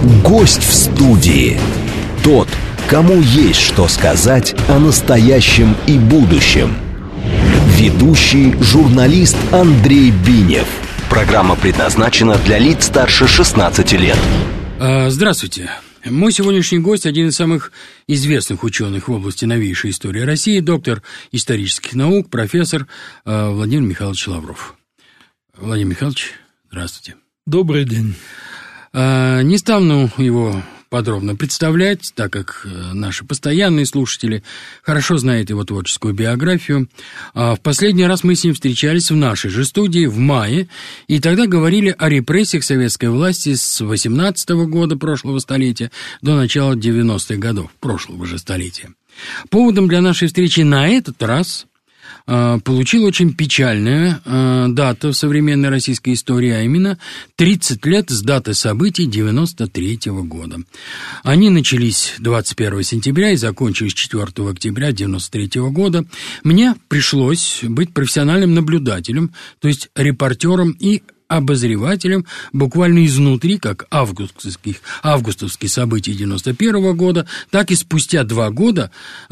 Гость в студии. Тот, кому есть что сказать о настоящем и будущем. Ведущий журналист Андрей Бинев. Программа предназначена для лиц старше 16 лет. Здравствуйте. Мой сегодняшний гость – один из самых известных ученых в области новейшей истории России, доктор исторических наук, профессор Владимир Михайлович Лавров. Владимир Михайлович, здравствуйте. Добрый день. Не стану его подробно представлять, так как наши постоянные слушатели хорошо знают его творческую биографию. В последний раз мы с ним встречались в нашей же студии в мае, и тогда говорили о репрессиях советской власти с 18-го года прошлого столетия до начала 90-х годов прошлого же столетия. Поводом для нашей встречи на этот раз получил очень печальная дата в современной российской истории, а именно 30 лет с даты событий 93-го года. Они начались 21 сентября и закончились 4 октября 93-го года. Мне пришлось быть профессиональным наблюдателем, то есть репортером и обозревателем буквально изнутри, как августовских событий 91 года, так и спустя 2 года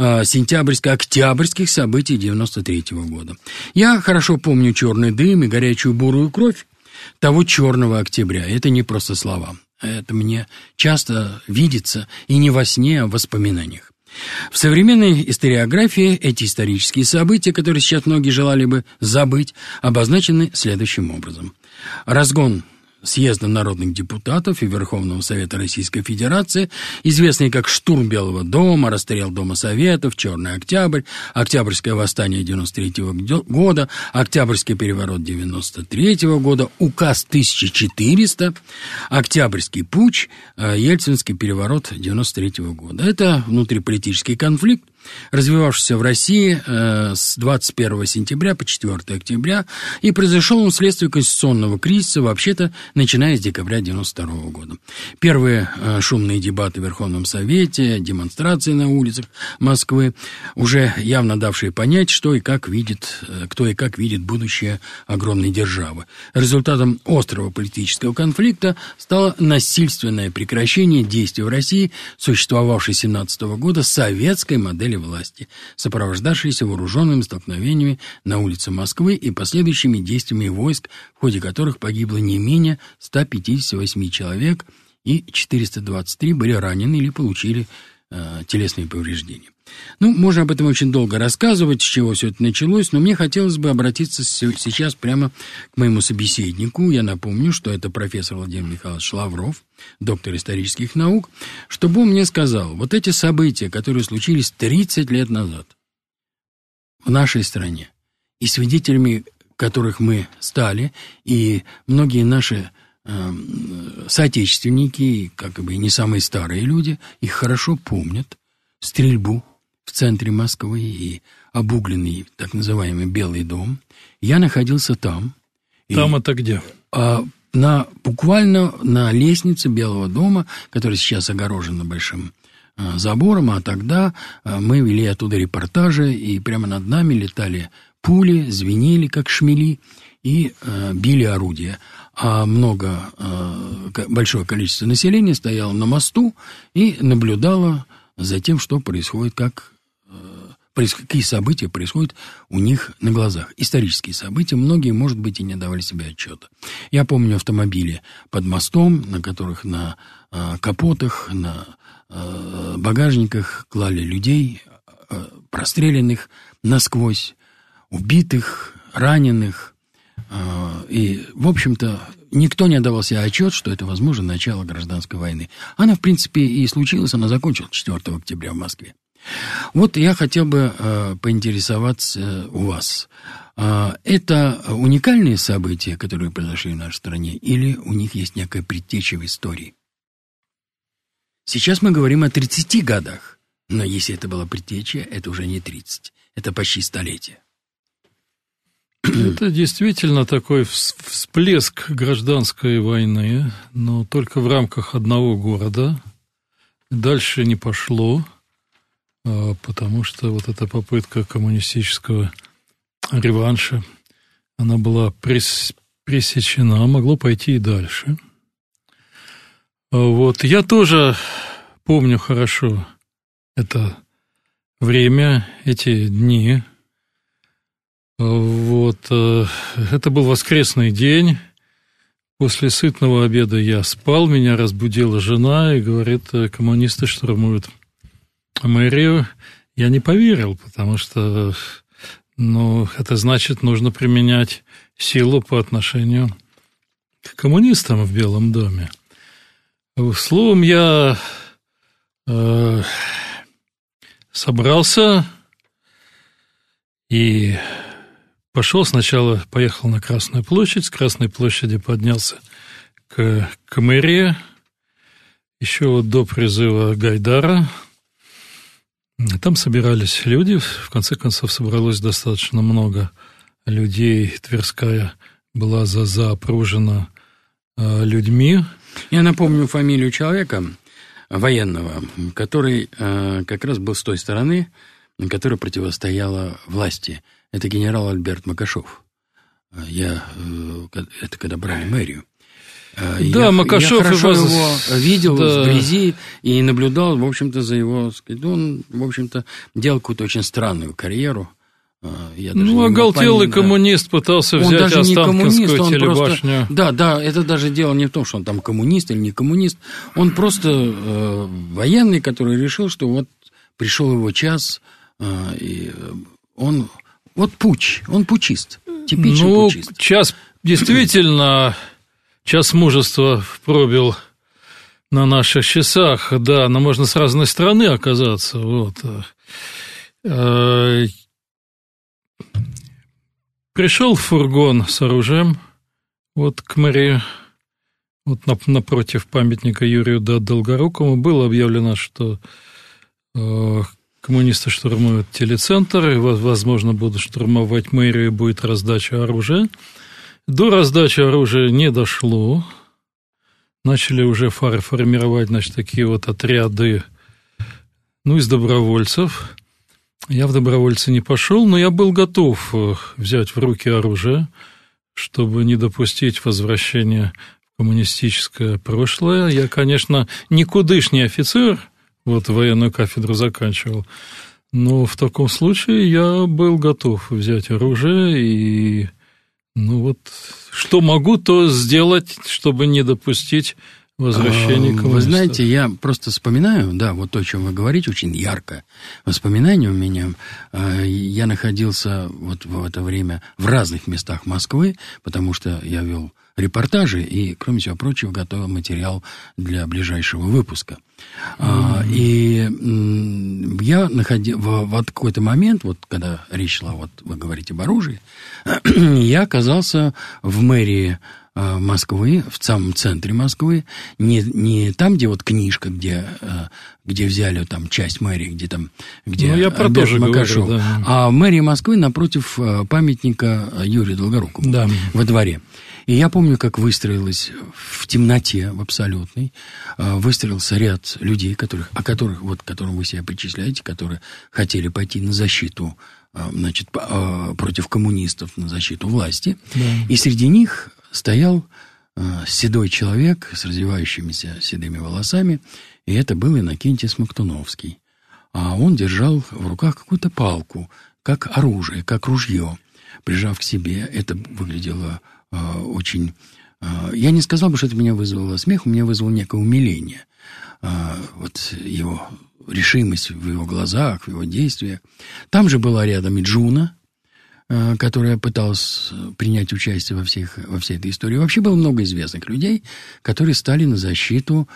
сентябрьско-октябрьских событий 93 года. Я хорошо помню черный дым и горячую бурую кровь того черного октября. Это не просто слова. Это мне часто видится и не во сне, а в воспоминаниях. В современной историографии эти исторические события, которые сейчас многие желали бы забыть, обозначены следующим образом. Разгон съезда народных депутатов и Верховного Совета Российской Федерации, известный как штурм Белого дома, расстрел Дома Советов, Черный Октябрь, Октябрьское восстание 93 года, Октябрьский переворот 93 года, Указ 1400, Октябрьский путч, Ельцинский переворот 93 года. Это внутриполитический конфликт, развивавшийся в России с 21 сентября по 4 октября, и произошел он вследствие конституционного кризиса, вообще-то, начиная с декабря 92 года. Первые шумные дебаты в Верховном Совете, демонстрации на улицах Москвы, уже явно давшие понять, кто и как видит будущее огромной державы. Результатом острого политического конфликта стало насильственное прекращение действий в России, существовавшей с 17 года советской модели власти, сопровождавшиеся вооруженными столкновениями на улице Москвы и последующими действиями войск, в ходе которых погибло не менее 158 человек, и 423 были ранены или получили телесные повреждения. Можно об этом очень долго рассказывать, с чего все это началось, но мне хотелось бы обратиться сейчас прямо к моему собеседнику. Я напомню, что это профессор Владимир Михайлович Лавров, доктор исторических наук, чтобы он мне сказал, вот эти события, которые случились 30 лет назад в нашей стране, и свидетелями которых мы стали, и многие наши соотечественники, как бы и не самые старые люди, их хорошо помнят, стрельбу в центре Москвы и обугленный так называемый Белый дом. Я находился там. Там это где? Буквально на лестнице Белого дома, которая сейчас огорожена большим забором, а тогда мы вели оттуда репортажи, и прямо над нами летали пули, звенели, как шмели, и били орудия. А большое количество населения стояло на мосту и наблюдало за тем, что происходит, какие события происходят у них на глазах. Исторические события, многие, может быть, и не давали себе отчета. Я помню автомобили под мостом, на которых на капотах, на багажниках клали людей, простреленных насквозь, убитых, раненых. И, в общем-то, никто не отдавал себе отчет, что это, возможно, начало гражданской войны. Она, в принципе, и случилась, она закончилась 4 октября в Москве. Вот я хотел бы поинтересоваться у вас. Это уникальные события, которые произошли в нашей стране, или у них есть некая предтеча в истории? Сейчас мы говорим о 30 годах, но если это была предтеча, это уже не 30, это почти столетие. Это действительно такой всплеск гражданской войны, но только в рамках одного города. Дальше не пошло, потому что вот эта попытка коммунистического реванша, она была пресечена, могло пойти и дальше. Вот. Я тоже помню хорошо это время, эти дни. Вот. Это был воскресный день. После сытного обеда я спал, меня разбудила жена и говорит, коммунисты штурмуют мэрию. Я не поверил, потому что, это значит, нужно применять силу по отношению к коммунистам в Белом доме. Словом, я собрался и поехал на Красную площадь, с Красной площади поднялся к мэрии, еще до призыва Гайдара. Там собирались люди, в конце концов собралось достаточно много людей, Тверская была запружена людьми. Я напомню фамилию человека, военного, который как раз был с той стороны, которая противостояла власти. Это генерал Альберт Макашов. Это когда брали мэрию. Да, Макашов я хорошо его видел вблизи и наблюдал, в общем-то, за его... Он, в общем-то, делал какую-то очень странную карьеру. Оголтелый коммунист пытался взять Останкинскую телебашню. Да, это даже дело не в том, что он там коммунист или не коммунист. Он просто военный, который решил, что вот пришел его час, и он... Вот путч, он путчист, типичный путчист. Час мужества пробил на наших часах, да, но можно с разной стороны оказаться, вот. Пришел фургон с оружием, вот к мэрии, вот напротив памятника Юрию Долгорукому было объявлено, что коммунисты штурмуют телецентр, и, возможно, будут штурмовать мэрию, и будет раздача оружия. До раздачи оружия не дошло. Начали уже формировать, такие вот отряды, из добровольцев. Я в добровольцы не пошел, но я был готов взять в руки оружие, чтобы не допустить возвращения в коммунистическое прошлое. Я, конечно, никудышний офицер, военную кафедру заканчивал, но в таком случае я был готов взять оружие и, что могу, то сделать, чтобы не допустить возвращения коммунистов. Вы знаете, я просто вспоминаю, то, о чем вы говорите, очень ярко. Воспоминания у меня. Я находился в это время в разных местах Москвы, потому что я вел репортажи и, кроме всего прочего, готовил материал для ближайшего выпуска. И я находил в какой-то момент, когда речь шла, вы говорите об оружии, я оказался в мэрии Москвы, в самом центре Москвы, не там, где книжка, где взяли там часть мэрии, где я про то же Макашов, говорю, да. А в мэрии Москвы напротив памятника Юрию Долгорукому, да, во дворе. И я помню, как выстроилась в темноте, в абсолютной, выстроился ряд людей, которым вы себя причисляете, которые хотели пойти на защиту, против коммунистов, на защиту власти. Да. И среди них стоял седой человек с развивающимися седыми волосами, и это был Иннокентий Смоктуновский. А он держал в руках какую-то палку, как оружие, как ружье, прижав к себе. Это выглядело очень... Я не сказал бы, что это меня вызвало смех, у меня вызвало некое умиление. Его решимость в его глазах, в его действиях. Там же была рядом и Джуна, которая пыталась принять участие во всей этой истории. Вообще было много известных людей, которые стали на защиту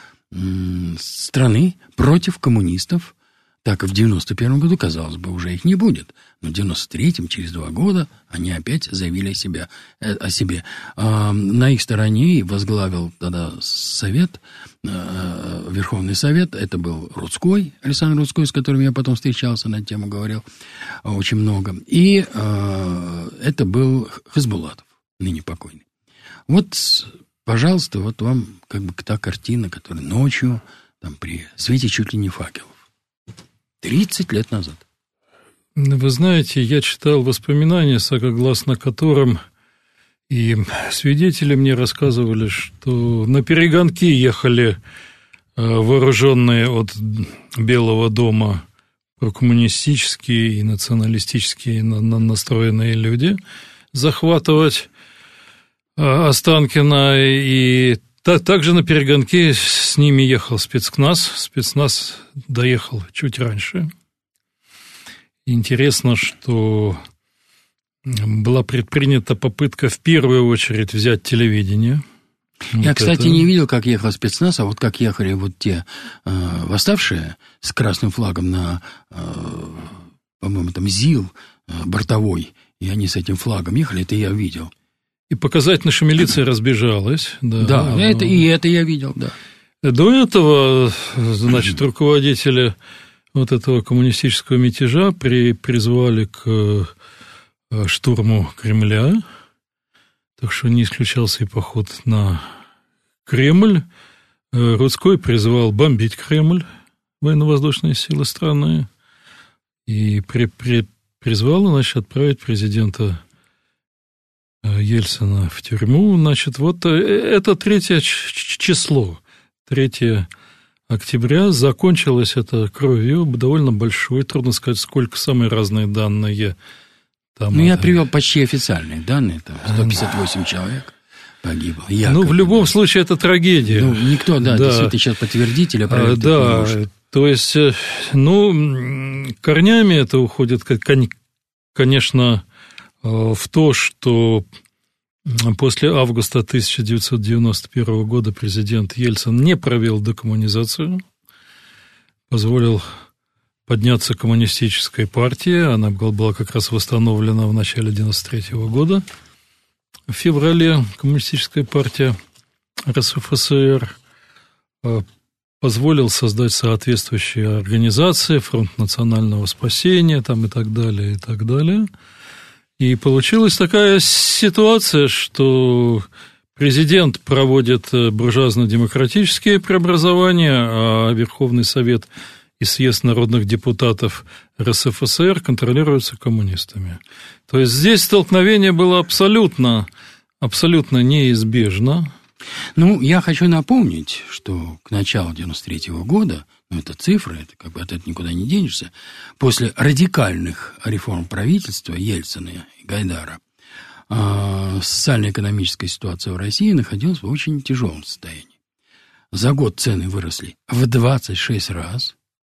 страны против коммунистов. Так и в 91 году, казалось бы, уже их не будет. Но в 93-м, через 2 года, они опять заявили о себе. На их стороне возглавил тогда совет, Верховный Совет. Это был Рудской, Александр Рудской, с которым я потом встречался, на тему говорил очень много. И это был Хасбулатов, ныне покойный. Пожалуйста, вам та картина, которая ночью, при свете чуть ли не факелов. 30 лет назад. Вы знаете, я читал воспоминания, согласно которым и свидетели мне рассказывали, что на перегонки ехали вооруженные от Белого дома прокоммунистические и националистические настроенные люди захватывать Останкино, и также на перегонки с ними ехал спецназ. Спецназ доехал чуть раньше. Интересно, что была предпринята попытка в первую очередь взять телевидение. Я, кстати, не видел, как ехал спецназ, а вот как ехали вот те восставшие с красным флагом на, по-моему, там ЗИЛ бортовой, и они с этим флагом ехали, это я видел. И показательно, что милиция разбежалась. Да, это я видел, да. До этого, значит, руководители вот этого коммунистического мятежа призвали к штурму Кремля, так что не исключался и поход на Кремль. Рудской призвал бомбить Кремль, военно-воздушные силы страны, и призвал, значит, отправить президента Ельцина в тюрьму. Значит, вот это 3 число, 3 октября. Закончилось это кровью довольно большой, трудно сказать, сколько, самые разные данные. Там я привел почти официальные данные, там 158 человек погибло. В любом случае, это трагедия. Никто, действительно, сейчас подтвердить или опровергнуть не может. То есть, корнями это уходит, конечно, в то, что после августа 1991 года президент Ельцин не провел декоммунизацию, позволил подняться коммунистической партии. Она была как раз восстановлена в начале 1993 года. В феврале коммунистическая партия РСФСР позволил создать соответствующие организации, Фронт национального спасения там, и так далее, и так далее. И получилась такая ситуация, что президент проводит буржуазно-демократические преобразования, а Верховный Совет и съезд народных депутатов РСФСР контролируются коммунистами. То есть здесь столкновение было абсолютно неизбежно. Я хочу напомнить, что к началу 1993 года, это цифры, это как бы от этого никуда не денешься, после радикальных реформ правительства Ельцина и Гайдара социально-экономическая ситуация в России находилась в очень тяжелом состоянии. За год цены выросли в 26 раз,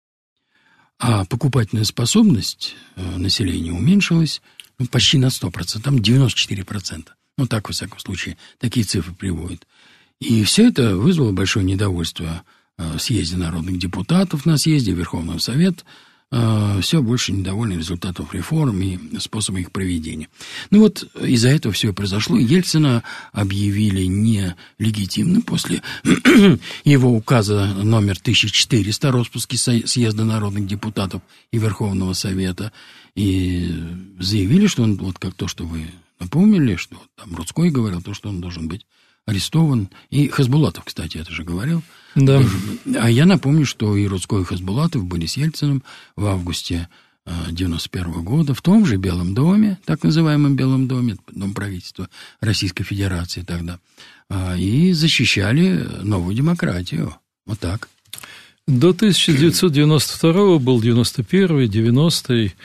а покупательная способность населения уменьшилась почти на 100%, там 94%. Так, во всяком случае, такие цифры приводят. И все это вызвало большое недовольство в съезде народных депутатов, на съезде Верховного Совета. Все больше недовольны результатом реформ и способом их проведения. Из-за этого все и произошло. Ельцина объявили нелегитимным после его указа номер 1400 о распуске съезда народных депутатов и Верховного Совета. И заявили, что он, как то, что вы напомнили, что там Рудской говорил, то, что он должен быть арестован. И Хасбулатов, кстати, это же говорил. Да. А я напомню, что и Рудской, и Хасбулатов были с Ельциным в августе 1991 года в том же Белом доме, так называемом Белом доме, Дом правительства Российской Федерации тогда, и защищали новую демократию. Вот так. До 1992 был 91-й, 90-й.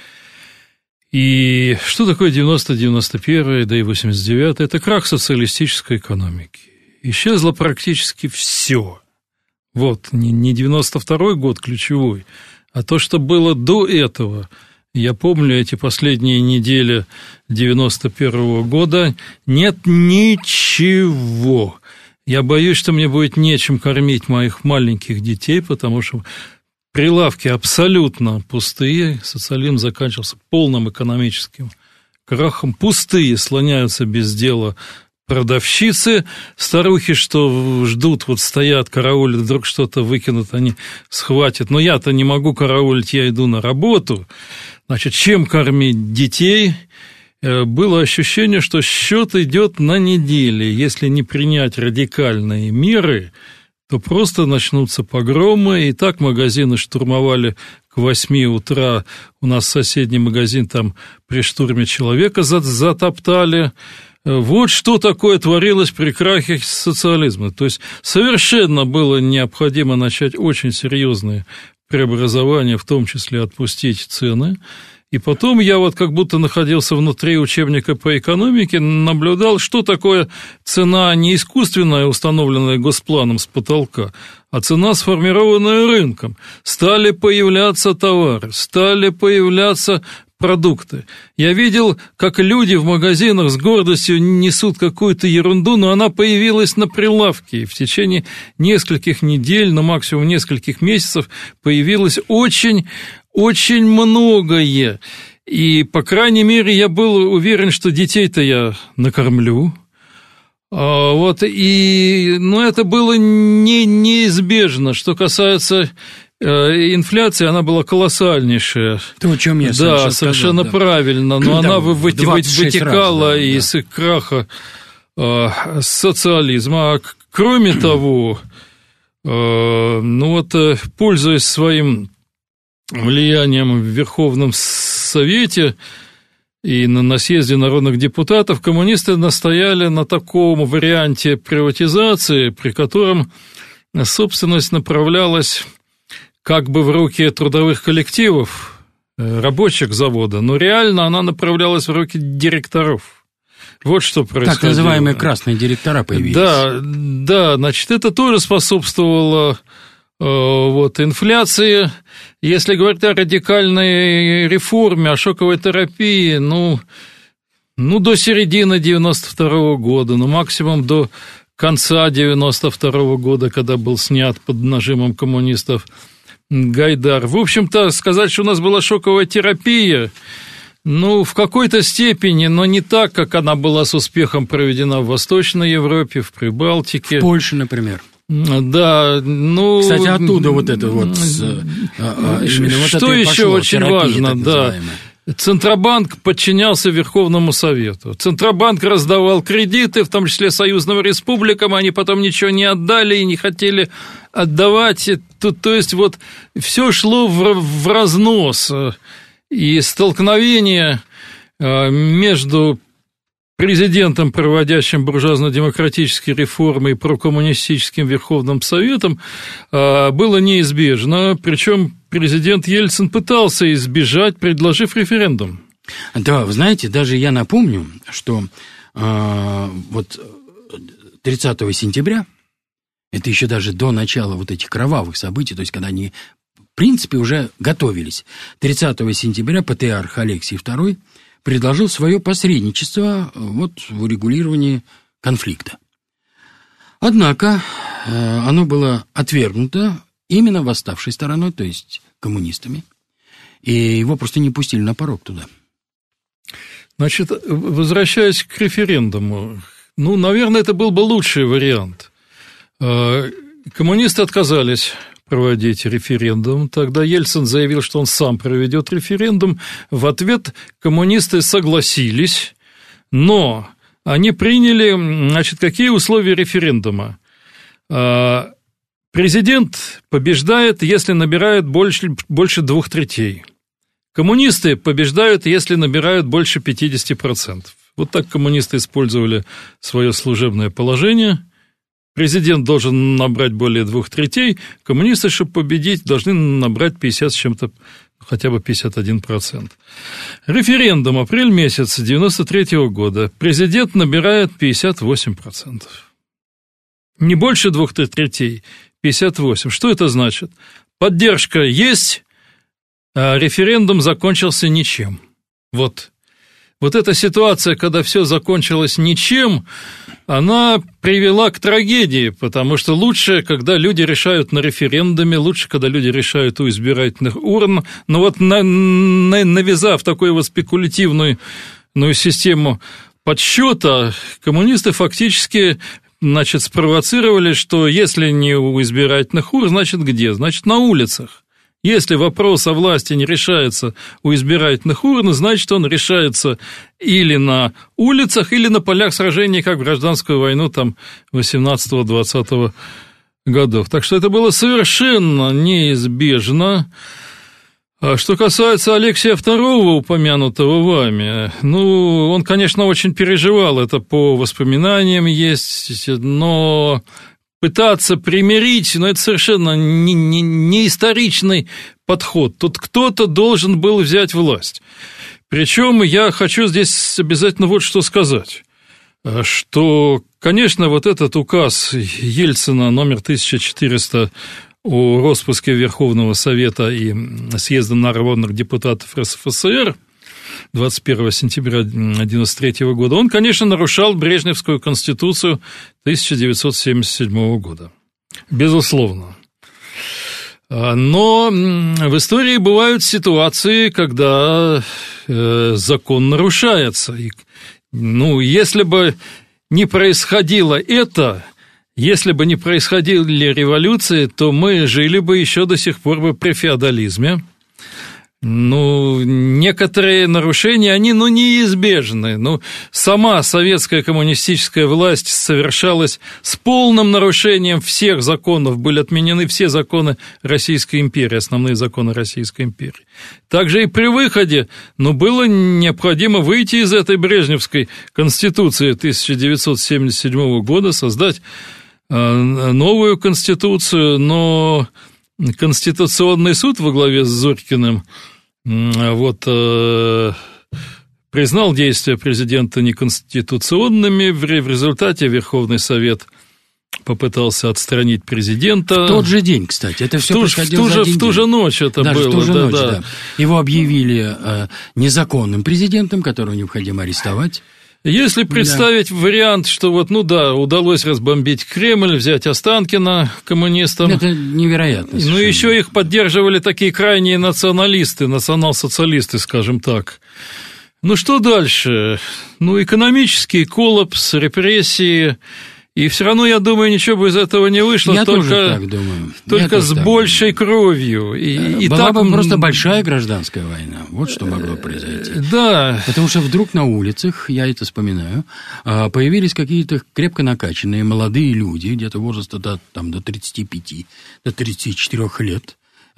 И что такое 90-й, 91-й, да и 89-й? Это крах социалистической экономики. Исчезло практически все. Не 92-й год ключевой, а то, что было до этого. Я помню эти последние недели 91-го года. Нет ничего. Я боюсь, что мне будет нечем кормить моих маленьких детей, потому что прилавки абсолютно пустые, социализм заканчивался полным экономическим крахом, пустые, слоняются без дела продавщицы, старухи, что ждут, стоят, караулят, вдруг что-то выкинут, они схватят. Но я-то не могу караулить, я иду на работу. Значит, чем кормить детей? Было ощущение, что счет идет на недели. Если не принять радикальные меры, то просто начнутся погромы, и так магазины штурмовали к 8 утра. У нас соседний магазин там при штурме человека затоптали. Вот что такое творилось при крахе социализма. То есть совершенно было необходимо начать очень серьезные преобразования, в том числе отпустить цены. И потом я вот как будто находился внутри учебника по экономике, наблюдал, что такое цена не искусственная, установленная госпланом с потолка, а цена, сформированная рынком. Стали появляться товары, стали появляться продукты. Я видел, как люди в магазинах с гордостью несут какую-то ерунду, но она появилась на прилавке. И в течение нескольких недель, ну, максимум нескольких месяцев появилось очень многое. И, по крайней мере, я был уверен, что детей-то я накормлю. Вот, и, ну, это было неизбежно. Что касается инфляции, она была колоссальнейшая. То, о чем я совершенно сказал, правильно, но она вытекала из краха социализма. А кроме того, ну вот, пользуясь своим влиянием в Верховном Совете и на съезде народных депутатов, коммунисты настояли на таком варианте приватизации, при котором собственность направлялась как бы в руки трудовых коллективов, рабочих завода, но реально она направлялась в руки директоров. Вот что происходило. Так называемые красные директора появились. Да, значит, это тоже способствовало вот инфляции. Если говорить о радикальной реформе, о шоковой терапии, ну до середины 92-го года, ну, максимум до конца 92-го года, когда был снят под нажимом коммунистов Гайдар. В общем-то, сказать, что у нас была шоковая терапия, ну, в какой-то степени, но не так, как она была с успехом проведена в Восточной Европе, в Прибалтике. В Польше, например. Да, ну... Кстати, оттуда вот это вот... Что еще очень важно, да. Центробанк подчинялся Верховному Совету. Центробанк раздавал кредиты, в том числе союзным республикам, они потом ничего не отдали и не хотели отдавать. То есть вот все шло в разнос. И столкновение между президентом, проводящим буржуазно-демократические реформы, и прокоммунистическим Верховным Советом было неизбежно, причем президент Ельцин пытался избежать, предложив референдум. Да, вы знаете, даже я напомню, что вот 30 сентября, это еще даже до начала вот этих кровавых событий, то есть когда они, в принципе, уже готовились, 30 сентября патриарх Алексий II предложил свое посредничество вот в урегулировании конфликта. Однако оно было отвергнуто именно восставшей стороной, то есть коммунистами, и его просто не пустили на порог туда. Значит, возвращаясь к референдуму, ну, наверное, это был бы лучший вариант. Коммунисты отказались проводить референдум. Тогда Ельцин заявил, что он сам проведет референдум. В ответ коммунисты согласились, но они приняли, значит, какие условия референдума. Президент побеждает, если набирает больше 2/3. Коммунисты побеждают, если набирают больше 50%. Вот так коммунисты использовали свое служебное положение. Президент должен набрать более 2/3, коммунисты, чтобы победить, должны набрать 50 с чем-то, хотя бы 51%. Референдум, апрель месяц 93 года, президент набирает 58%. Не больше 2/3, 58%. Что это значит? Поддержка есть, а референдум закончился ничем. Вот эта ситуация, когда все закончилось ничем, она привела к трагедии, потому что лучше, когда люди решают на референдуме, лучше, когда люди решают у избирательных урн, но вот навязав такую вот спекулятивную систему подсчета, коммунисты фактически, значит, спровоцировали, что если не у избирательных урн, значит где? Значит, на улицах. Если вопрос о власти не решается у избирательных урн, значит, он решается или на улицах, или на полях сражений, как в гражданскую войну там 18-20 годов. Так что это было совершенно неизбежно. А что касается Алексея II, упомянутого вами, он, конечно, очень переживал, это по воспоминаниям есть, но пытаться примирить, это совершенно не историчный подход. Тут кто-то должен был взять власть. Причем я хочу здесь обязательно вот что сказать, что, конечно, вот этот указ Ельцина номер 1400 о распуске Верховного Совета и съезда народных депутатов РСФСР 21 сентября 1993 года, он, конечно, нарушал Брежневскую конституцию 1977 года. Безусловно. Но в истории бывают ситуации, когда закон нарушается. Если бы не происходило это, если бы не происходили революции, то мы жили бы еще до сих пор бы при феодализме. Некоторые нарушения, они, неизбежны. Сама советская коммунистическая власть совершалась с полным нарушением всех законов, были отменены все законы Российской империи, основные законы Российской империи. Также и при выходе, было необходимо выйти из этой Брежневской конституции 1977 года, создать новую конституцию, но Конституционный суд во главе с Зорькиным признал действия президента неконституционными. В результате Верховный Совет попытался отстранить президента. В тот же день, кстати. Это все происходило за один день. В ту же ночь это даже было. В ту же ночь, да. Его объявили незаконным президентом, которого необходимо арестовать. Если представить вариант, что удалось разбомбить Кремль, взять Останкино коммунистам. Это невероятно. Еще их поддерживали такие крайние националисты, национал-социалисты, скажем так. Что дальше? Экономический коллапс, репрессии. И все равно, я думаю, ничего бы из этого не вышло. Я тоже так думаю. Только с большей кровью. Была бы просто большая гражданская война. Вот что могло произойти. Да. Потому что вдруг на улицах, я это вспоминаю, появились какие-то крепко накачанные молодые люди, где-то возраста до 35, до 34 лет,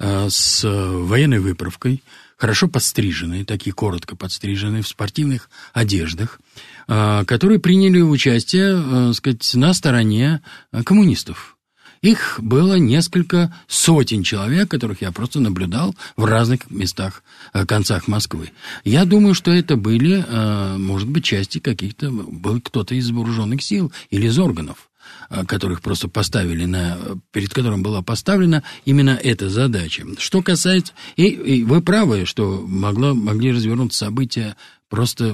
с военной выправкой, хорошо подстриженные, такие коротко подстриженные, в спортивных одеждах, которые приняли участие, на стороне коммунистов. Их было несколько сотен человек, которых я просто наблюдал в разных местах, концах Москвы. Я думаю, что это были, может быть, части каких-то, был кто-то из вооруженных сил или из органов, которых просто поставили перед которым была поставлена именно эта задача. Что касается... И вы правы, что могли развернуться события просто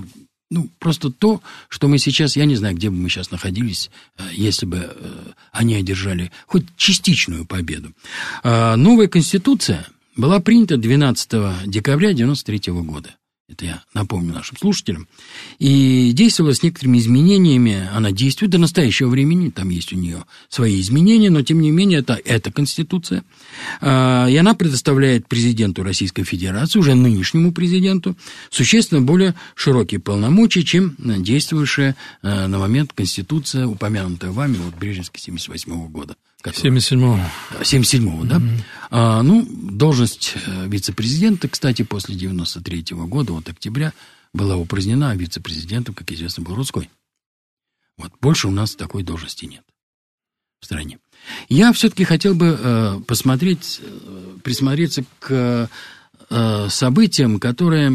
то, что мы сейчас... Я не знаю, где бы мы сейчас находились, если бы они одержали хоть частичную победу. Новая Конституция была принята 12 декабря 1993 года. Это я напомню нашим слушателям. И действовала с некоторыми изменениями. Она действует до настоящего времени. Там есть у нее свои изменения, но, тем не менее, это Конституция. И она предоставляет президенту Российской Федерации, уже нынешнему президенту, существенно более широкие полномочия, чем действовавшая на момент Конституция, упомянутая вами, Брежневская 1978 года. 77-го. 77-го, да? Должность вице-президента, кстати, после 93-го года, октября, была упразднена, а вице-президентом, как известно, был Рудской. Больше у нас такой должности нет в стране. Я все-таки хотел бы присмотреться к событиям, которые,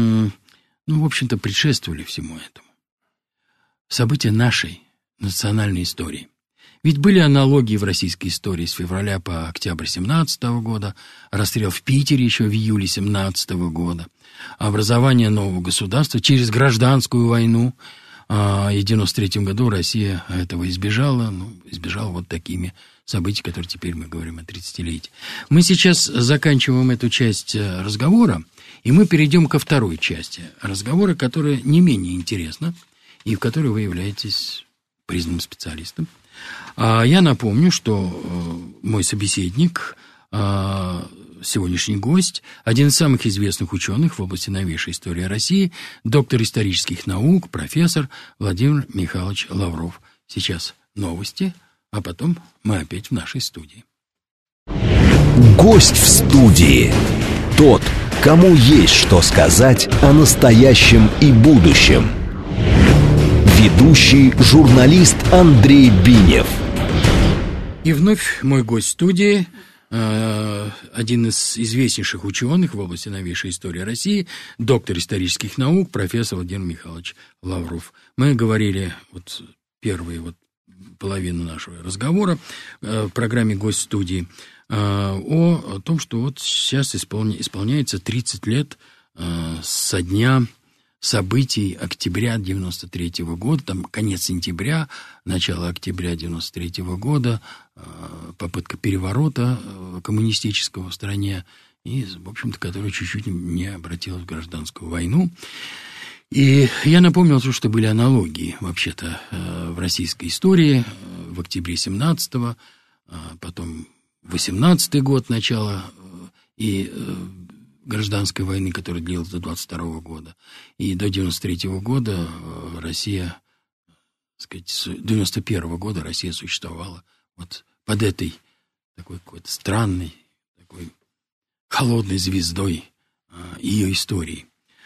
в общем-то, предшествовали всему этому. События нашей национальной истории. Ведь были аналогии в российской истории с февраля по октябрь 1917 года, расстрел в Питере еще в июле 1917 года, образование нового государства через гражданскую войну. И в 1993 году Россия этого избежала, избежала такими событиями, которые теперь мы говорим о 30-летии. Мы сейчас заканчиваем эту часть разговора, и мы перейдем ко второй части разговора, которая не менее интересна, и в которой вы являетесь признанным специалистом. Я напомню, что мой собеседник, сегодняшний гость, один из самых известных ученых в области новейшей истории России, доктор исторических наук, профессор Владимир Михайлович Лавров. Сейчас новости, а потом мы опять в нашей студии. Гость в студии. Тот, кому есть что сказать о настоящем и будущем. Ведущий журналист Андрей Бинев. И вновь мой гость в студии, один из известнейших ученых в области новейшей истории России, доктор исторических наук, профессор Владимир Михайлович Лавров. Мы говорили первую половину нашего разговора в программе «Гость в студии» о том, что сейчас исполняется 30 лет со дня событий октября 93 года, там конец сентября, начало октября 93 года, попытка переворота коммунистического в стране, и, в общем-то, которая чуть-чуть не обратилась в гражданскую войну. И я напомнил, что были аналогии, вообще-то, в российской истории, в октябре 17-го, потом 18-й год начала, и гражданской войны, которая длилась до 22 года. И до 93 года Россия, так сказать, с 91 года Россия существовала под этой такой какой-то странной, такой холодной звездой ее истории.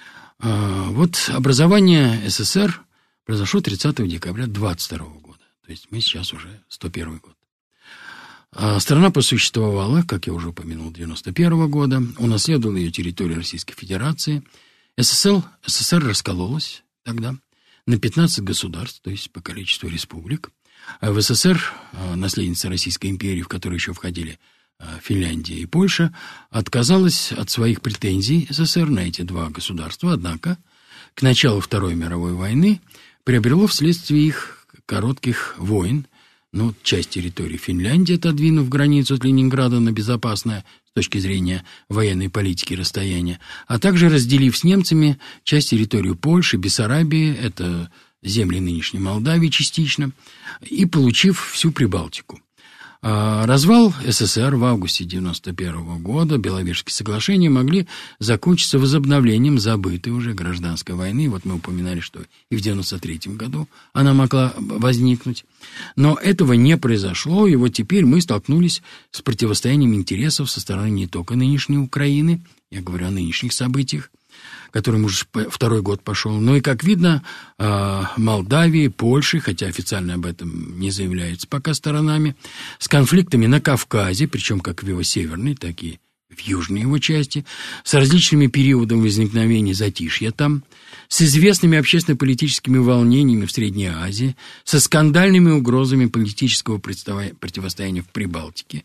Образование СССР произошло 30 декабря 22 года. То есть мы сейчас уже 101 год. Страна просуществовала, как я уже упомянул, 91 года. Унаследовала ее территорию Российской Федерации. СССР раскололась тогда на 15 государств, то есть по количеству республик. А в СССР, наследница Российской империи, в которую еще входили Финляндия и Польша, отказалась от своих претензий СССР на эти два государства. Однако к началу Второй мировой войны приобрело вследствие их коротких войн, часть территории Финляндии, отодвинув границу от Ленинграда на безопасное с точки зрения военной политики расстояние, а также разделив с немцами часть территории Польши, Бессарабии, это земли нынешней Молдавии частично, и получив всю Прибалтику. Развал СССР в августе 1991 года, Беловежские соглашения могли закончиться возобновлением забытой уже гражданской войны. Мы упоминали, что и в 1993 году она могла возникнуть. Но этого не произошло, и теперь мы столкнулись с противостоянием интересов со стороны не только нынешней Украины, я говорю о нынешних событиях, которым уже второй год пошел, но и, как видно, Молдавии, Польши, хотя официально об этом не заявляется пока сторонами, с конфликтами на Кавказе, причем как в его северной, так и в южной его части, с различными периодами возникновения затишья там, с известными общественно-политическими волнениями в Средней Азии, со скандальными угрозами политического противостояния в Прибалтике.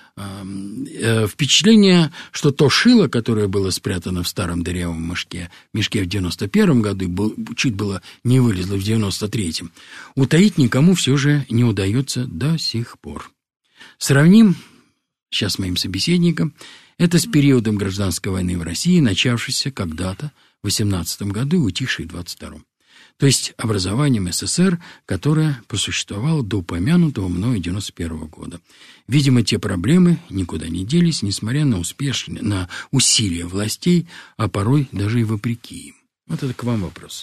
Впечатление, что то шило, которое было спрятано в старом дырявом мешке в 91 году и чуть было не вылезло в 93-м, утаить никому все же не удается до сих пор. Сравним сейчас с моим собеседником это с периодом гражданской войны в России, начавшейся когда-то в 18 году и утихшей в 22-м. То есть образованием СССР, которое просуществовало до упомянутого мною 91 года. Видимо, те проблемы никуда не делись, несмотря на усилия властей, а порой даже и вопреки им. Это к вам вопрос.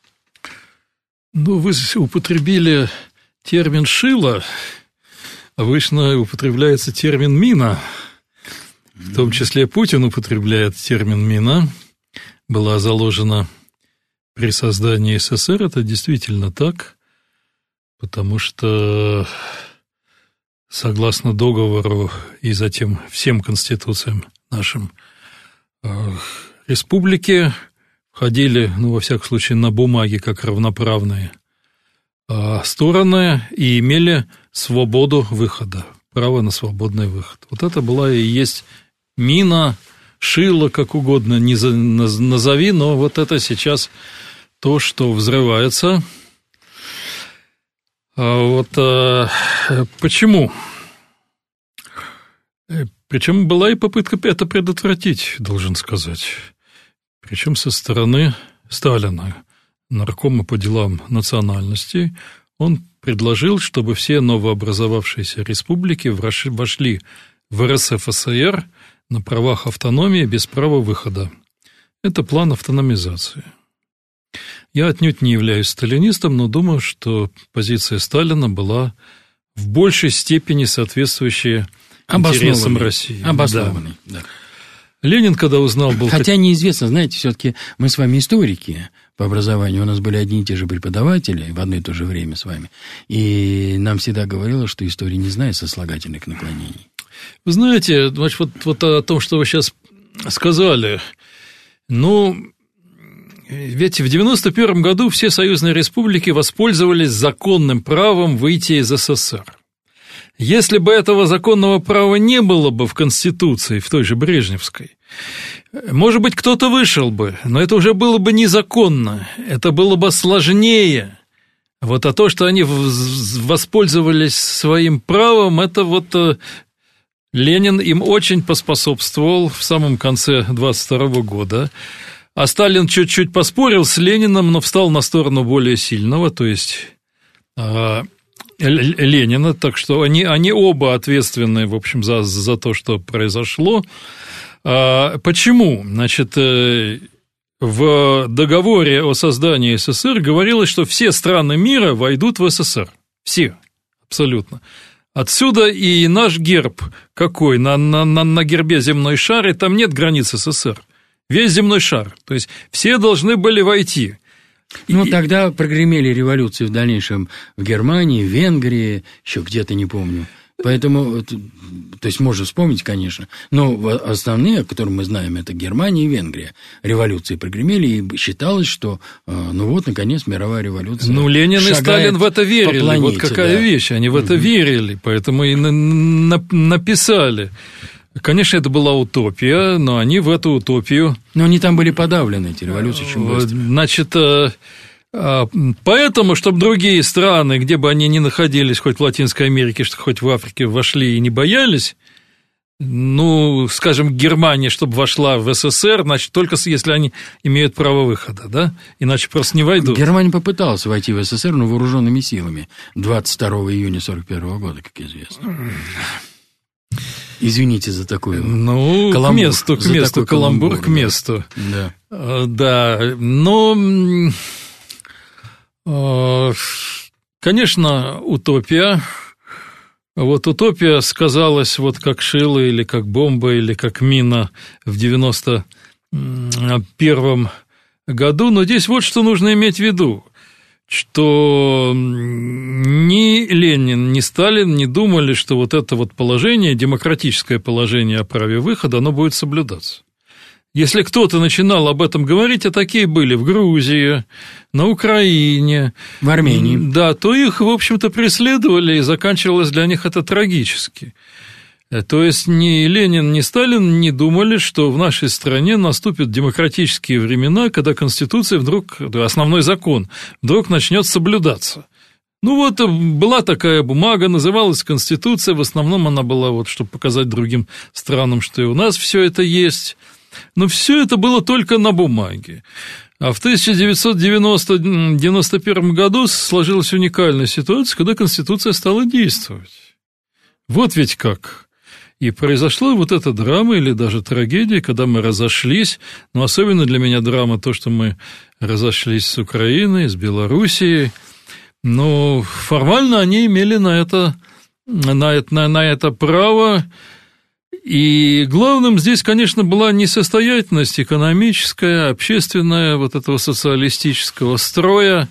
Вы употребили термин «шило», обычно употребляется термин «мина». В том числе Путин употребляет термин «мина». Была заложена при создании СССР, это действительно так, потому что, согласно договору и затем всем конституциям нашим, республики входили, во всяком случае, на бумаге как равноправные стороны и имели свободу выхода, право на свободный выход. Это была и есть мина, шило, как угодно назови, но это сейчас то, что взрывается. Почему? Причем была и попытка это предотвратить, должен сказать. Причем со стороны Сталина, наркома по делам национальностей. Он предложил, чтобы все новообразовавшиеся республики вошли в РСФСР на правах автономии без права выхода. Это план автономизации. Я отнюдь не являюсь сталинистом, но думаю, что позиция Сталина была в большей степени соответствующая интересам России. Обоснованной, да. Ленин, когда узнал, был... Хотя неизвестно, знаете, все-таки мы с вами историки по образованию, у нас были одни и те же преподаватели в одно и то же время с вами, и нам всегда говорилось, что история не знает сослагательных наклонений. Вы знаете, значит, вот о том, что вы сейчас сказали, ведь в 1991 году все союзные республики воспользовались законным правом выйти из СССР. Если бы этого законного права не было бы в Конституции, в той же Брежневской, может быть, кто-то вышел бы, но это уже было бы незаконно, это было бы сложнее. А то, что они воспользовались своим правом, это Ленин им очень поспособствовал в самом конце 1922 года. А Сталин чуть-чуть поспорил с Лениным, но встал на сторону более сильного, то есть Ленина, так что они оба ответственны, в общем, за то, что произошло. Почему? Значит, в договоре о создании СССР говорилось, что все страны мира войдут в СССР. Все, абсолютно. Отсюда и наш герб какой? На гербе земной шар, и там нет границ СССР. Весь земной шар. То есть все должны были войти. Тогда прогремели революции в дальнейшем в Германии, в Венгрии, еще где-то, не помню. Поэтому, то есть можно вспомнить, конечно, но основные, о которых мы знаем, это Германия и Венгрия. Революции прогремели, и считалось, что, наконец, мировая революция. Ленин и Сталин в это верили, планете, вот какая вещь, они в это верили, поэтому и написали. Конечно, это была утопия, но они в эту утопию... Но они там были подавлены, эти революции, очень быстро. Значит, поэтому, чтобы другие страны, где бы они ни находились, хоть в Латинской Америке, хоть в Африке, вошли и не боялись, скажем, Германия, чтобы вошла в СССР, значит, только если они имеют право выхода, да? Иначе просто не войдут. Германия попыталась войти в СССР, но вооруженными силами 22 июня 1941 года, как известно. Извините за такую каламбур. К месту, каламбур к месту. Да. Конечно, утопия. Утопия сказалась как шило, или как бомба, или как мина в 1991 году. Но здесь вот что нужно иметь в виду, что ни Ленин, ни Сталин не думали, что это положение, демократическое положение о праве выхода, оно будет соблюдаться. Если кто-то начинал об этом говорить, а такие были в Грузии, на Украине, в Армении, да, то их, в общем-то, преследовали, и заканчивалось для них это трагически. То есть ни Ленин, ни Сталин не думали, что в нашей стране наступят демократические времена, когда Конституция вдруг, основной закон, вдруг начнет соблюдаться. Была такая бумага, называлась Конституция, в основном она была чтобы показать другим странам, что и у нас все это есть. Но все это было только на бумаге. А в 1991 году сложилась уникальная ситуация, когда Конституция стала действовать. Вот ведь как. И произошла эта драма, или даже трагедия, когда мы разошлись. Но особенно для меня драма то, что мы разошлись с Украиной, с Белоруссией. Но формально они имели на это право. И главным здесь, конечно, была несостоятельность экономическая, общественная, этого социалистического строя.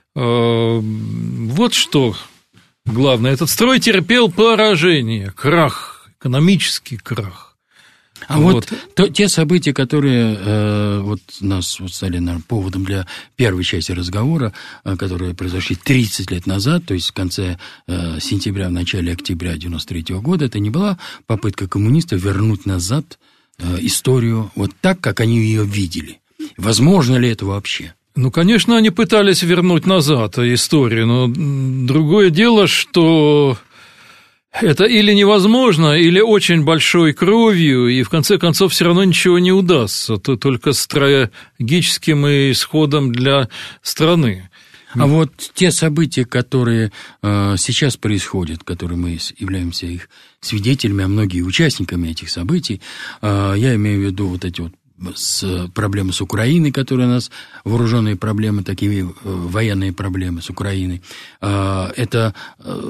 Вот что главное. Этот строй терпел поражение, крах. Экономический крах. Те события, которые нас стали, наверное, поводом для первой части разговора, которые произошли 30 лет назад, то есть в конце сентября, в начале октября 1993 года, это не была попытка коммунистов вернуть назад историю так, как они ее видели. Возможно ли это вообще? Конечно, они пытались вернуть назад историю, но другое дело, что... Это или невозможно, или очень большой кровью, и в конце концов все равно ничего не удастся, то только с трагическим исходом для страны. А те события, которые сейчас происходят, которые мы являемся их свидетелями, а многие участниками этих событий, я имею в виду проблемы с Украиной, которые у нас вооруженные проблемы, такие военные проблемы с Украиной, это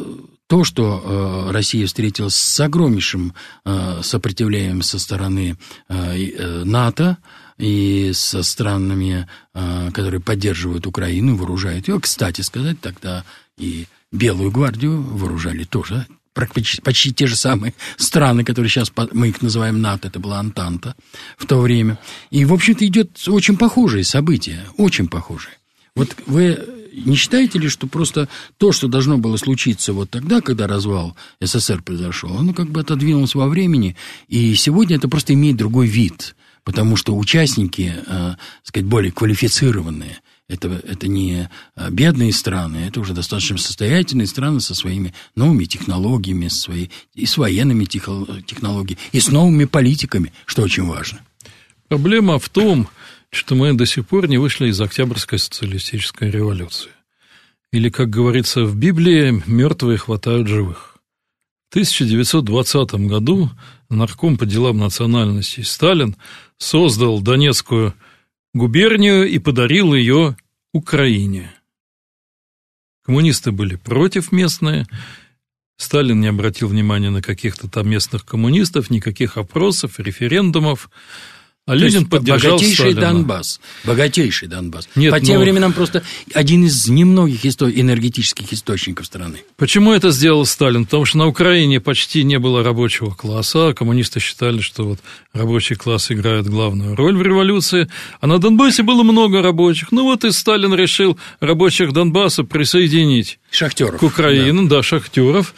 то, что Россия встретилась с огромнейшим сопротивлением со стороны НАТО и со странами, которые поддерживают Украину, вооружают ее. Кстати сказать, тогда и Белую гвардию вооружали тоже почти те же самые страны, которые сейчас мы их называем НАТО, это была Антанта в то время. И, в общем-то, идет очень похожие события, очень похожие. Вот вы не считаете ли, что просто то, что должно было случиться вот тогда, когда развал СССР произошел, оно как бы отодвинулось во времени, и сегодня это просто имеет другой вид, потому что участники, так сказать, более квалифицированные, это не бедные страны, это уже достаточно состоятельные страны со своими новыми технологиями, и с военными технологиями, и с новыми политиками, что очень важно. Проблема в том, что мы до сих пор не вышли из Октябрьской социалистической революции. Или, как говорится в Библии, мертвые хватают живых. В 1920 году нарком по делам национальностей Сталин создал Донецкую губернию и подарил ее Украине. Коммунисты были против местные. Сталин не обратил внимания на каких-то там местных коммунистов, никаких опросов, референдумов. А Ленин поддержал богатейший Сталина. Богатейший Донбасс. Нет, по тем временам просто один из немногих энергетических источников страны. Почему это сделал Сталин? Потому что на Украине почти не было рабочего класса, а коммунисты считали, что вот рабочий класс играет главную роль в революции, а на Донбассе было много рабочих. Ну вот и Сталин решил рабочих Донбасса присоединить шахтеров, к Украине, да, шахтеров.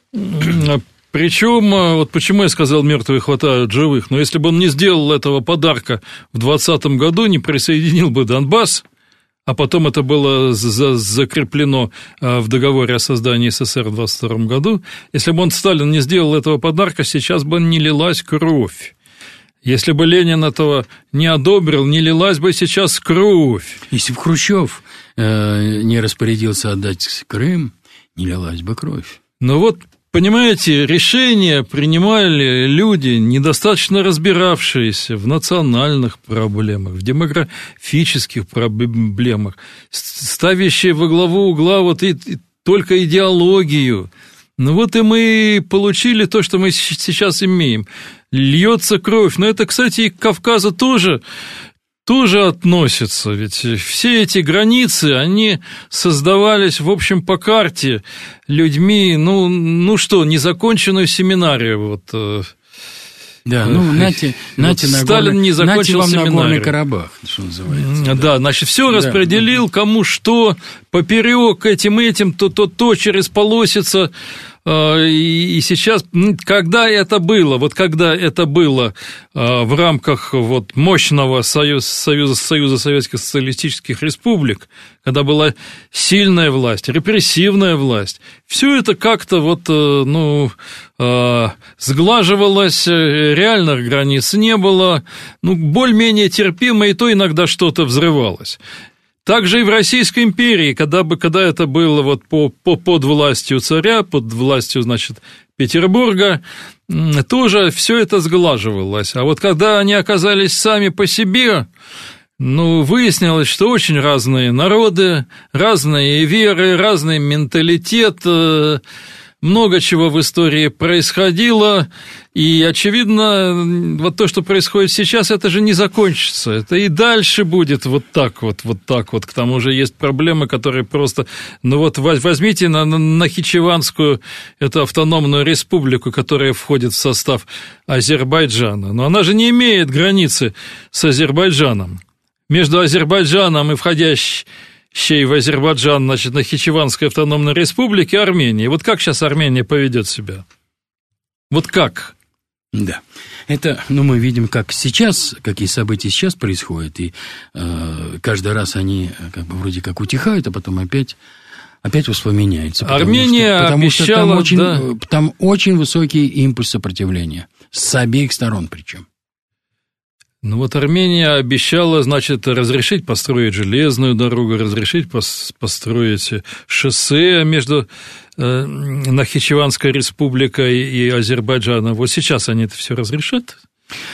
Причем, вот почему я сказал, мертвые хватают живых, но если бы он не сделал этого подарка в 2020 году, не присоединил бы Донбасс, а потом это было закреплено в договоре о создании СССР в 22 году, если бы Сталин не сделал этого подарка, сейчас бы не лилась кровь. Если бы Ленин этого не одобрил, не лилась бы сейчас кровь. Если бы Хрущев не распорядился отдать Крым, не лилась бы кровь. Ну вот, понимаете, решения принимали люди, недостаточно разбиравшиеся в национальных проблемах, в демографических проблемах, ставящие во главу угла вот только идеологию. Ну вот и мы получили то, что мы сейчас имеем. Льется кровь. Но это, кстати, и к Кавказу тоже относится, ведь все эти границы, они создавались, в общем, по карте людьми, незаконченную семинарию, вот. Да, нате Сталин не закончил семинарию. Нагорный Карабах, что называется. Да, значит, все распределил, кому что, поперек этим, то через полосица. И сейчас, когда это было в рамках вот мощного Союза Советских Социалистических Республик, когда была сильная власть, репрессивная власть, все это как-то сглаживалось, реальных границ не было, более-менее терпимо, и то иногда что-то взрывалось. Также и в Российской империи, когда это было вот под властью царя, под властью, значит, Петербурга, тоже все это сглаживалось. А вот когда они оказались сами по себе, выяснилось, что очень разные народы, разные веры, разный менталитет, много чего в истории происходило, и, очевидно, вот то, что происходит сейчас, это же не закончится, это и дальше будет вот так вот. К тому же есть проблемы, которые просто... возьмите на Нахичеванскую, эту автономную республику, которая входит в состав Азербайджана, но она же не имеет границы с Азербайджаном. Между Азербайджаном и входящей в Азербайджан, значит, Нахичеванской автономной республики, Армении. Вот как сейчас Армения поведет себя? Вот как? Да. Это, мы видим, какие события сейчас происходят, и каждый раз они вроде как утихают, а потом опять воспламеняются. Армения обещала... Там очень высокий импульс сопротивления, с обеих сторон причем. Армения обещала, значит, разрешить построить железную дорогу, разрешить построить шоссе между Нахичеванской республикой и Азербайджаном. Вот сейчас они это все разрешат?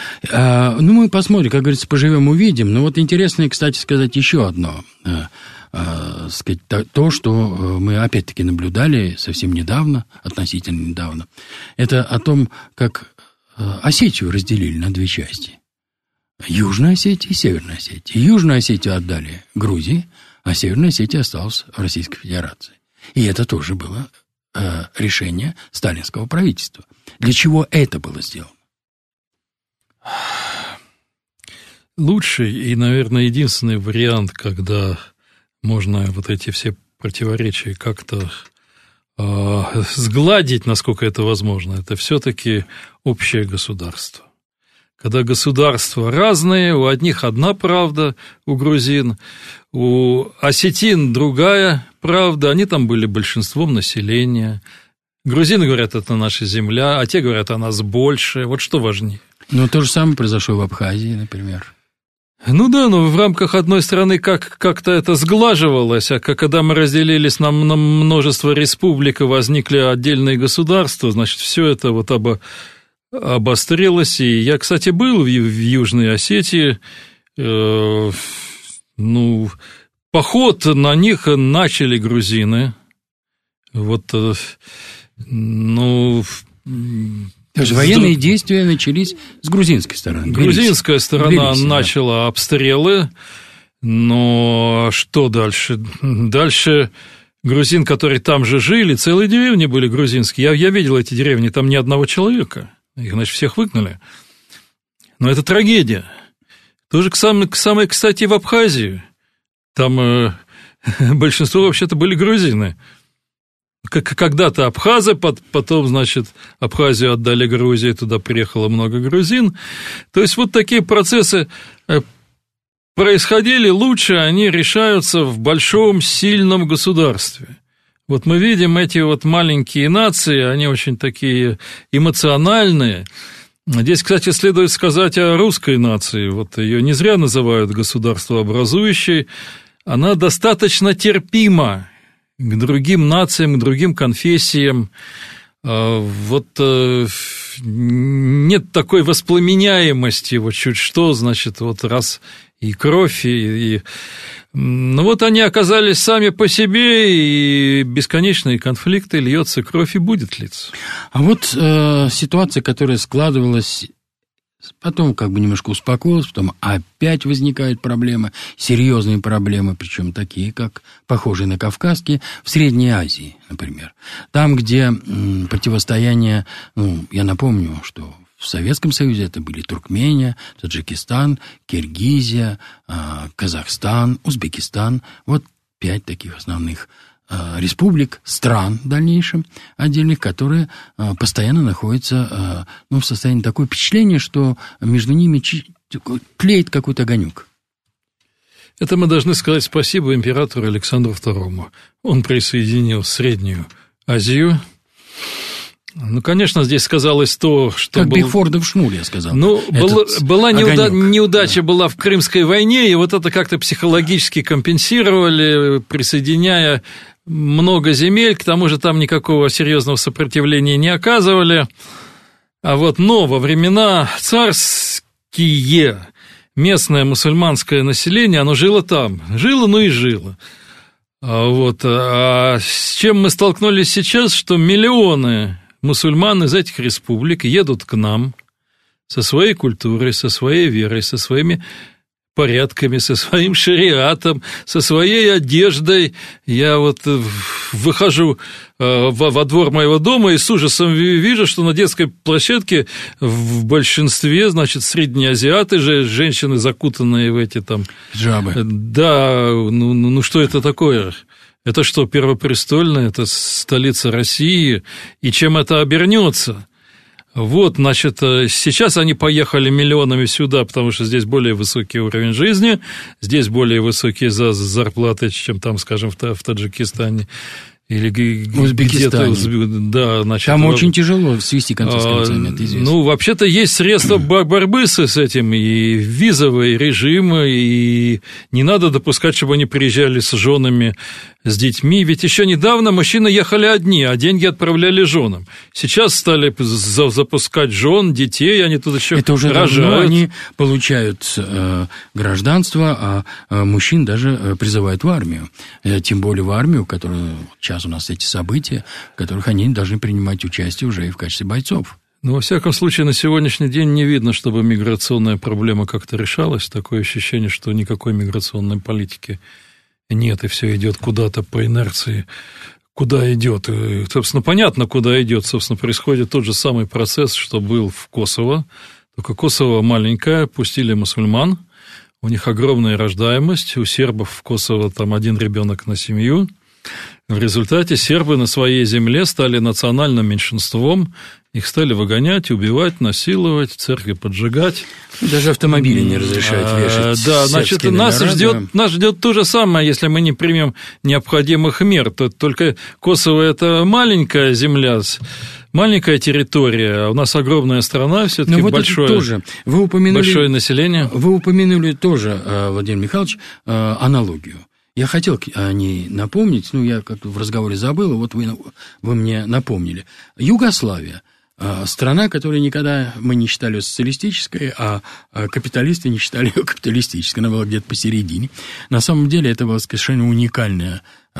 Мы посмотрим, как говорится, поживем, увидим. Но интересно, кстати сказать, еще одно. сказать, то, что мы опять-таки наблюдали совсем недавно, относительно недавно. Это о том, как Осетию разделили на две части. Южная Осетия и Северная Осетия. Южную Осетию отдали Грузии, а Северная Осетия осталась в Российской Федерации. И это тоже было решение сталинского правительства. Для чего это было сделано? Лучший и, наверное, единственный вариант, когда можно вот эти все противоречия как-то сгладить, насколько это возможно, это все-таки общее государство. Когда государства разные, у одних одна правда, у грузин, у осетин другая правда, они там были большинством населения. Грузины говорят, это наша земля, а те говорят, о нас больше. Вот что важнее. Ну, то же самое произошло в Абхазии, например. Ну да, но в рамках одной страны как-то это сглаживалось, а когда мы разделились на множество республик и возникли отдельные государства, значит, все это вот обострилось. И я, кстати, был в Южной Осетии, поход на них начали грузины. Вот, То есть военные действия начались с грузинской стороны. Грузинская сторона начала обстрелы, но что дальше? Дальше грузин, которые там же жили, целые деревни были грузинские. Я видел эти деревни, там ни одного человека. Их, значит, всех выгнали. Но это трагедия. Тоже самое, кстати, в Абхазии. Там большинство вообще-то были грузины. Когда-то абхазы, потом, значит, Абхазию отдали Грузии, туда приехало много грузин. То есть вот такие процессы происходили, лучше они решаются в большом, сильном государстве. Вот мы видим эти вот маленькие нации, они очень такие эмоциональные. Здесь, кстати, следует сказать о русской нации. Вот ее не зря называют государствообразующей. Она достаточно терпима к другим нациям, к другим конфессиям. Вот нет такой воспламеняемости, вот чуть что, значит, вот раз и кровь, ну вот они оказались сами по себе, и бесконечные конфликты, льется кровь и будет литься. А вот ситуация, которая складывалась, потом как бы немножко успокоилась, потом опять возникают проблемы, серьезные проблемы, причем такие, как похожие на кавказские, в Средней Азии, например. Там, где противостояние, я напомню, что в Советском Союзе это были Туркмения, Таджикистан, Киргизия, Казахстан, Узбекистан. Вот 5 таких основных республик, стран в дальнейшем отдельных, которые постоянно находятся в состоянии такого впечатления, что между ними тлеет какой-то огонек. Это мы должны сказать спасибо императору Александру II. Он присоединил Среднюю Азию. Ну, конечно, здесь сказалось то, что... Как Бигфордов шнур, я сказал. Ну, была неудача была в Крымской войне, и вот это как-то психологически компенсировали, присоединяя много земель, к тому же там никакого серьезного сопротивления не оказывали. Но во времена царские местное мусульманское население, оно жило там. Жило. А с чем мы столкнулись сейчас, что миллионы мусульман из этих республик едут к нам со своей культурой, со своей верой, со своими порядками, со своим шариатом, со своей одеждой. Я выхожу во двор моего дома и с ужасом вижу, что на детской площадке в большинстве, значит, среднеазиаты, женщины, закутанные в эти там... Хиджабы. Да, что это такое? Это что, Первопрестольная, это столица России, и чем это обернется? Значит, сейчас они поехали миллионами сюда, потому что здесь более высокий уровень жизни, здесь более высокие зарплаты, чем там, скажем, в Таджикистане. Или в Узбекистане. Да, значит, там очень тяжело свести концы с концами, это известно. Вообще-то есть средства борьбы с этим, и визовый режим, и не надо допускать, чтобы они приезжали с женами с детьми. Ведь еще недавно мужчины ехали одни, а деньги отправляли женам. Сейчас стали запускать жен, детей, они тут еще это уже рожают. Давно они получают гражданство, а мужчин даже призывают в армию. Тем более в армию, которая сейчас у нас эти события, в которых они должны принимать участие уже и в качестве бойцов. Но, во всяком случае, на сегодняшний день не видно, чтобы миграционная проблема как-то решалась. Такое ощущение, что никакой миграционной политики нет, и все идет куда-то по инерции. Куда идет? И, собственно, понятно, куда идет. Собственно, происходит тот же самый процесс, что был в Косово. Только Косово маленькое, пустили мусульман. У них огромная рождаемость. У сербов в Косово там 1 ребенок на семью. В результате сербы на своей земле стали национальным меньшинством. Их стали выгонять, убивать, насиловать, церкви поджигать. Даже автомобили не разрешают вешать. Да, значит, нас ждет то же самое, если мы не примем необходимых мер. Только Косово – это маленькая земля, маленькая территория, а у нас огромная страна, все-таки вот большое население. Вы упомянули тоже, Владимир Михайлович, аналогию. Я хотел о ней напомнить, я как-то в разговоре забыл, и вот вы мне напомнили. Югославия. Страна, которую никогда мы не считали социалистической, а капиталисты не считали ее капиталистической. Она была где-то посередине. На самом деле это было совершенно уникальное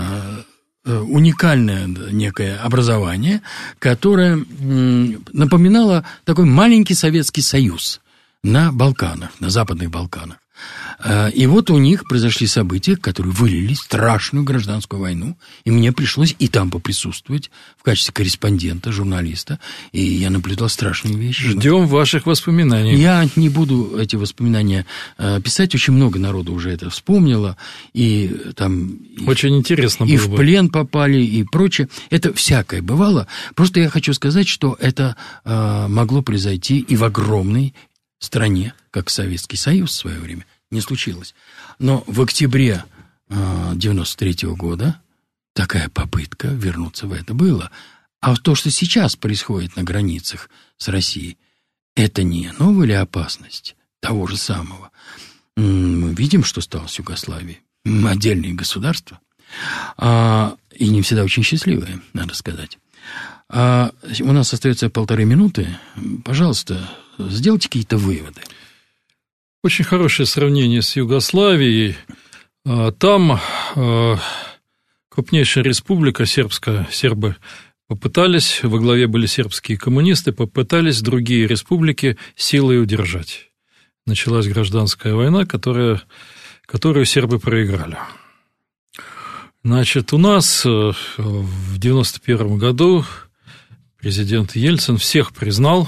некое образование, которое напоминало такой маленький Советский Союз на Балканах, на Западных Балканах. И вот у них произошли события, которые вылились в страшную гражданскую войну, и мне пришлось и там поприсутствовать в качестве корреспондента, журналиста, и я наблюдал страшные вещи. Ждем ваших воспоминаний. Я не буду эти воспоминания писать, очень много народу уже это вспомнило, и там... Очень интересно было и в плен попали, и прочее. Это всякое бывало. Просто я хочу сказать, что это могло произойти и в огромной стране, как Советский Союз в свое время, не случилось. Но в октябре 1993 года такая попытка вернуться в это было. А то, что сейчас происходит на границах с Россией, это не новая ли опасность того же самого? Мы видим, что стало с Югославией. Отдельные государства. И не всегда очень счастливые, надо сказать. У нас остается 1,5 минуты. Пожалуйста, сделайте какие-то выводы. Очень хорошее сравнение с Югославией. Там крупнейшая республика сербская, сербы попытались, во главе были сербские коммунисты, попытались другие республики силой удержать. Началась гражданская война, которую сербы проиграли. Значит, у нас в 1991 году президент Ельцин всех признал,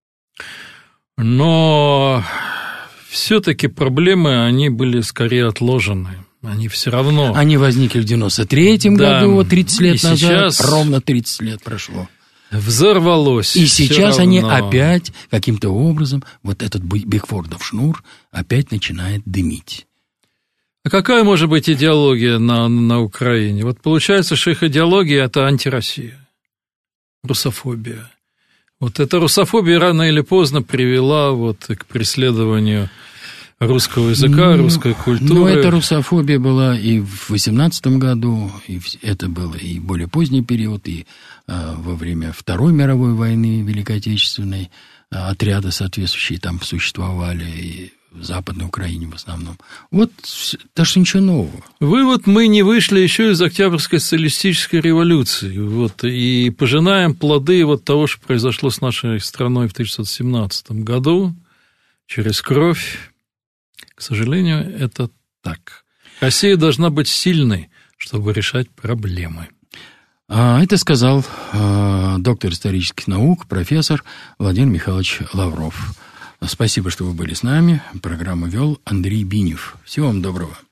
но все-таки проблемы, они были скорее отложены. Они все равно... Они возникли в 1993 году, 30 лет назад, сейчас ровно 30 лет прошло. Взорвалось. И сейчас они опять каким-то образом, вот этот Бигфордов шнур опять начинает дымить. А какая может быть идеология на Украине? Вот получается, что их идеология – это антироссия, русофобия. Вот эта русофобия рано или поздно привела вот к преследованию русского языка, русской культуры. Но эта русофобия была и в 18 году, и это был и более поздний период, и во время Второй мировой войны Великой Отечественной отряды соответствующие там существовали, и в Западной Украине в основном. Вот, так что ничего нового. Мы не вышли еще из Октябрьской социалистической революции, вот, и пожинаем плоды вот того, что произошло с нашей страной в 1917 году, через кровь. К сожалению, это так. Россия должна быть сильной, чтобы решать проблемы. Это сказал доктор исторических наук, профессор Владимир Михайлович Лавров. Спасибо, что вы были с нами. Программу вел Андрей Бинев. Всего вам доброго.